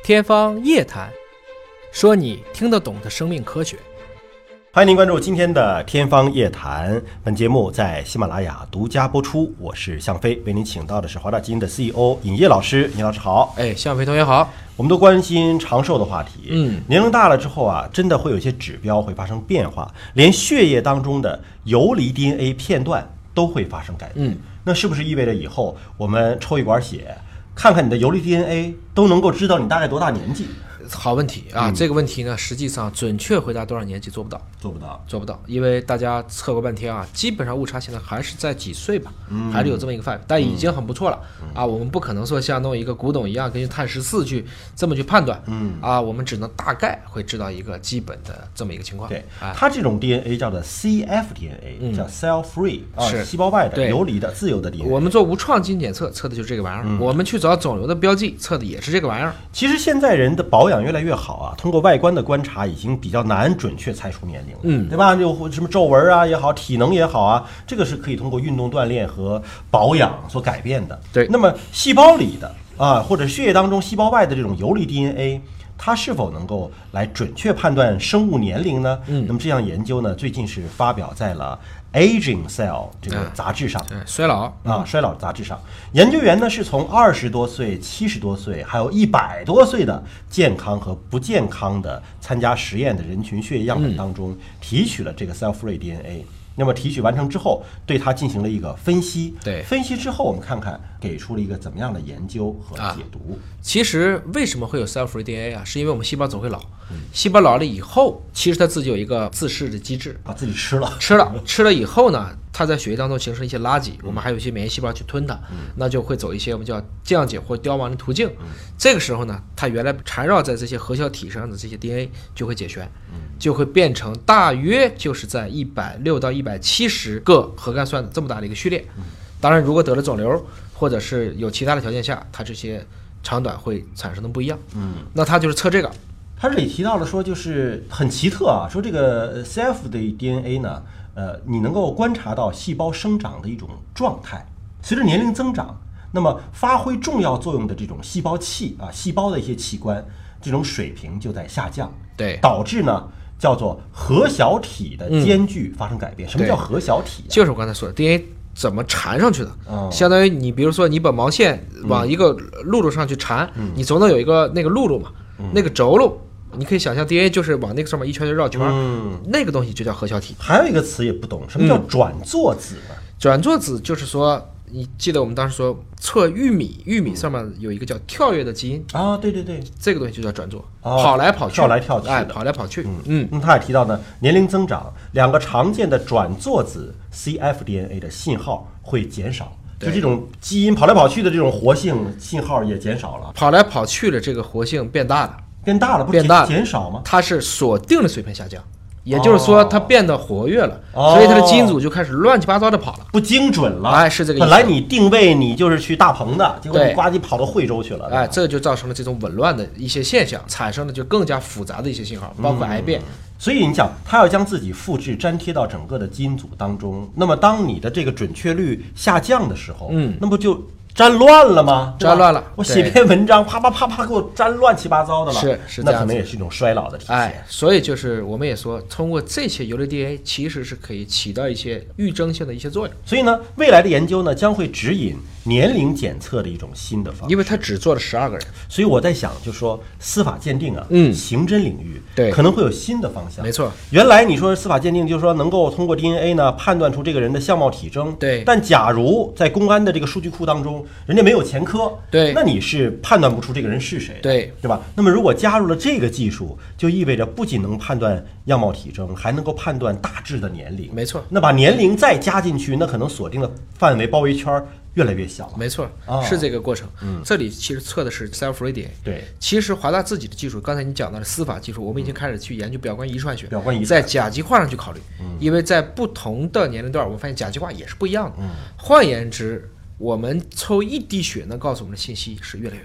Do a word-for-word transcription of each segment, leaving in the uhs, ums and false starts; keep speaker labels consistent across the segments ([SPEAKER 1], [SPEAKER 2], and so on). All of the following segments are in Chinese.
[SPEAKER 1] 天方夜谭，说你听得懂的生命科学。
[SPEAKER 2] 欢迎您关注今天的天方夜谭，本节目在喜马拉雅独家播出，我是向飞，为您请到的是华大基因的 C E O 尹烨老师。尹老师好。
[SPEAKER 1] 哎，向飞同学好。
[SPEAKER 2] 我们都关心长寿的话题，
[SPEAKER 1] 嗯，
[SPEAKER 2] 年龄大了之后啊，真的会有一些指标会发生变化，连血液当中的游离 D N A 片段都会发生改变。
[SPEAKER 1] 嗯，
[SPEAKER 2] 那是不是意味着以后我们抽一管血，看看你的游离 D N A 都能够知道你大概多大年纪？
[SPEAKER 1] 好问题啊、
[SPEAKER 2] 嗯！
[SPEAKER 1] 这个问题呢，实际上准确回答多少年纪做不到，
[SPEAKER 2] 做不到，
[SPEAKER 1] 做不到，因为大家测过半天啊，基本上误差现在还是在几岁吧，嗯、还是有这么一个范围，但已经很不错了、嗯、啊。我们不可能说像弄一个古董一样，根据碳十四去这么去判断，嗯啊，我们只能大概会知道一个基本的这么一个情况。
[SPEAKER 2] 对，
[SPEAKER 1] 啊、
[SPEAKER 2] 它这种 D N A 叫做 C F D N A，、嗯、叫 cell free 啊，
[SPEAKER 1] 是
[SPEAKER 2] 细胞外的、游离的、自由的 D N A。
[SPEAKER 1] 我们做无创基因检测测的就是这个玩意儿、嗯，我们去找肿瘤的标记测的也是这个玩意儿。
[SPEAKER 2] 其实现在人的保养越来越好啊。通过外观的观察，已经比较难准确猜出年龄了，嗯，对吧？就什么皱纹啊也好，体能也好啊，这个是可以通过运动锻炼和保养所改变的。
[SPEAKER 1] 对，
[SPEAKER 2] 那么细胞里的啊，或者血液当中细胞外的这种游离 D N A， 它是否能够来准确判断生物年龄呢？嗯，那么这项研究呢，最近是发表在了Aging Cell 这个杂志上，
[SPEAKER 1] 嗯、衰老
[SPEAKER 2] 啊，衰老杂志上，研究员呢是从二十多岁、七十多岁，还有一百多岁的健康和不健康的参加实验的人群血液样本当中提取了这个 cell free D N A。那么提取完成之后，对它进行了一个分析。
[SPEAKER 1] 对，
[SPEAKER 2] 分析之后，我们看看给出了一个怎么样的研究和解读。
[SPEAKER 1] 啊、其实为什么会有 cell free D N A 啊？是因为我们细胞总会老，嗯、细胞老了以后，其实它自己有一个自噬的机制，
[SPEAKER 2] 把自己吃了，
[SPEAKER 1] 吃了，吃了以后呢，它在血液当中形成一些垃圾，嗯、我们还有一些免疫细胞去吞它，嗯、那就会走一些我们叫降解或凋亡的途径。嗯、这个时候呢，它原来缠绕在这些核小体上的这些 D N A 就会解旋，嗯、就会变成大约就是在一百六到一百七十个核苷酸这么大的一个序列。嗯、当然，如果得了肿瘤或者是有其他的条件下，它这些长短会产生的不一样。嗯，那它就是测这个。
[SPEAKER 2] 他这里提到了说，就是很奇特啊，说这个 C F 的 D N A 呢，呃，你能够观察到细胞生长的一种状态，随着年龄增长，那么发挥重要作用的这种细胞器啊，细胞的一些器官，这种水平就在下降，
[SPEAKER 1] 对，
[SPEAKER 2] 导致呢叫做核小体的间距发生改变。嗯、什么叫核小体、啊？
[SPEAKER 1] 就是我刚才说的 D N A。怎么缠上去的、嗯、相当于你比如说你把毛线往一个路路上去缠、嗯、你总能有一个那个路路嘛、嗯、那个轴路你可以想象 D N A 就是往那个上面一圈就绕圈、嗯、那个东西就叫核小体。
[SPEAKER 2] 还有一个词也不懂，什么叫转座子呢、嗯、
[SPEAKER 1] 转座子就是说你记得我们当时说测玉米，玉米上面有一个叫跳跃的基因
[SPEAKER 2] 啊，对对对，
[SPEAKER 1] 这个东西就叫转座、哦，跑来跑去，
[SPEAKER 2] 跳来跳去，
[SPEAKER 1] 哎，跑来跑去。
[SPEAKER 2] 嗯嗯，那他也提到呢，年龄增长，两个常见的转座子 C F D N A 的信号会减少，就这种基因跑来跑去的这种活性信号也减少了，
[SPEAKER 1] 跑来跑去的这个活性变大了，
[SPEAKER 2] 变大了，不
[SPEAKER 1] 变大了，
[SPEAKER 2] 减少吗？
[SPEAKER 1] 它是锁定的水平下降。也就是说，它变得活跃了，哦、所以它的基因组就开始乱七八糟的跑了，
[SPEAKER 2] 不精准了。
[SPEAKER 1] 哎，是这个意思。
[SPEAKER 2] 本来你定位你就是去大棚的，结果你呱唧跑到惠州去了。
[SPEAKER 1] 哎，这就造成了这种紊乱的一些现象，产生了就更加复杂的一些信号，包括癌变。
[SPEAKER 2] 嗯、所以你想，它要将自己复制粘贴到整个的基因组当中，那么当你的这个准确率下降的时候，嗯，那不就粘乱了吗？
[SPEAKER 1] 粘乱了，
[SPEAKER 2] 我写篇文章，啪啪啪啪给我粘乱七八糟的了，
[SPEAKER 1] 是是，
[SPEAKER 2] 那可能也是一种衰老的体现。
[SPEAKER 1] 哎，所以就是我们也说，通过这些游离 D N A， 其实是可以起到一些预征性的一些作用。
[SPEAKER 2] 所以呢，未来的研究呢，将会指引年龄检测的一种新的方式。
[SPEAKER 1] 因为他只做了十二个人，
[SPEAKER 2] 所以我在想，就说司法鉴定啊，
[SPEAKER 1] 嗯，
[SPEAKER 2] 刑侦领域
[SPEAKER 1] 对
[SPEAKER 2] 可能会有新的方向。
[SPEAKER 1] 没错，
[SPEAKER 2] 原来你说司法鉴定就是说能够通过 D N A 呢判断出这个人的相貌体征，
[SPEAKER 1] 对。
[SPEAKER 2] 但假如在公安的这个数据库当中，人家没有前科，
[SPEAKER 1] 对，
[SPEAKER 2] 那你是判断不出这个人是谁，
[SPEAKER 1] 对，
[SPEAKER 2] 对吧？那么如果加入了这个技术，就意味着不仅能判断样貌体征，还能够判断大致的年龄。
[SPEAKER 1] 没错，
[SPEAKER 2] 那把年龄再加进去，那可能锁定的范围包围圈越来越小了。
[SPEAKER 1] 没错，哦、是这个过程。嗯，这里其实测的是 cell free D N A。
[SPEAKER 2] 对，
[SPEAKER 1] 其实华大自己的技术，刚才你讲到的司法技术，我们已经开始去研究表观遗传学，
[SPEAKER 2] 表观遗传
[SPEAKER 1] 在甲基化上去考虑。嗯，因为在不同的年龄段，我们发现甲基化也是不一样的。嗯，换言之，我们抽一滴血能告诉我们的信息是越来越多了。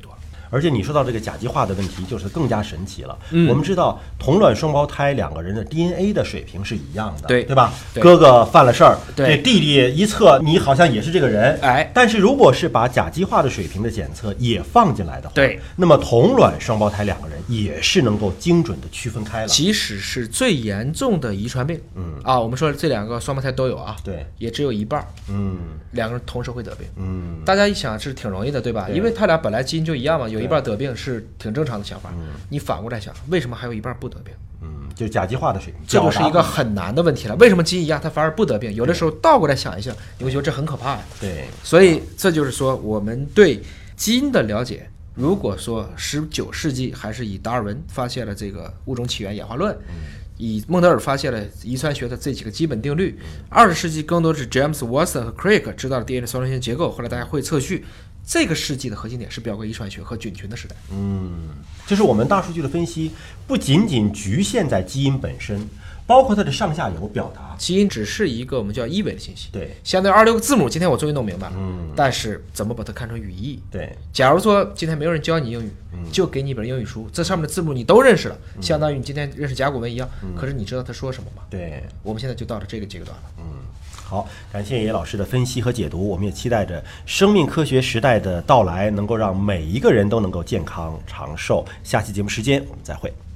[SPEAKER 2] 而且你说到这个甲基化的问题，就是更加神奇了。
[SPEAKER 1] 嗯、
[SPEAKER 2] 我们知道同卵双胞胎两个人的 D N A 的水平是一样的，
[SPEAKER 1] 对
[SPEAKER 2] 对吧？
[SPEAKER 1] 对
[SPEAKER 2] 哥哥犯了事儿，
[SPEAKER 1] 对
[SPEAKER 2] 弟弟一测，你好像也是这个人，
[SPEAKER 1] 哎，
[SPEAKER 2] 但是如果是把甲基化的水平的检测也放进来的话，
[SPEAKER 1] 对，
[SPEAKER 2] 那么同卵双胞胎两个人也是能够精准的区分开了。
[SPEAKER 1] 即使是最严重的遗传病，
[SPEAKER 2] 嗯
[SPEAKER 1] 啊，我们说这两个双胞胎都有啊，
[SPEAKER 2] 对，
[SPEAKER 1] 也只有一半，
[SPEAKER 2] 嗯，
[SPEAKER 1] 两个人同时会得病，
[SPEAKER 2] 嗯，
[SPEAKER 1] 大家一想是挺容易的，对吧？
[SPEAKER 2] 对
[SPEAKER 1] 因为他俩本来基因就一样嘛，有一半得病是挺正常的想法。
[SPEAKER 2] 嗯、
[SPEAKER 1] 你反过来想，为什么还有一半不得病？
[SPEAKER 2] 嗯，就是甲基化的水平，
[SPEAKER 1] 这就是一个很难的问题了。为什么基因一样，它反而不得病？有的时候倒过来想一想，你会觉得这很可怕呀。
[SPEAKER 2] 对，
[SPEAKER 1] 所以这就是说，我们对基因的了解，如果说十九世纪还是以达尔文发现了这个物种起源演化论，嗯、以孟德尔发现了遗传学的这几个基本定律，二十世纪更多是 James Watson 和 Crick 知道了 D N A 的双螺旋结构，后来大家会测序。这个世纪的核心点是表格遗传学和菌群的时代。
[SPEAKER 2] 嗯，就是我们大数据的分析不仅仅局限在基因本身，包括它的上下游表达。
[SPEAKER 1] 基因只是一个我们叫一维的信息，
[SPEAKER 2] 对，
[SPEAKER 1] 相当于二十六个字母，今天我终于弄明白了。
[SPEAKER 2] 嗯，
[SPEAKER 1] 但是怎么把它看成语义？
[SPEAKER 2] 对，
[SPEAKER 1] 假如说今天没有人教你英语，
[SPEAKER 2] 嗯、
[SPEAKER 1] 就给你一本英语书，这上面的字母你都认识了，嗯、相当于你今天认识甲骨文一样。嗯、可是你知道他说什么吗？
[SPEAKER 2] 对，
[SPEAKER 1] 我们现在就到了这个阶段了。
[SPEAKER 2] 嗯。好，感谢野老师的分析和解读，我们也期待着生命科学时代的到来，能够让每一个人都能够健康长寿。下期节目时间我们再会。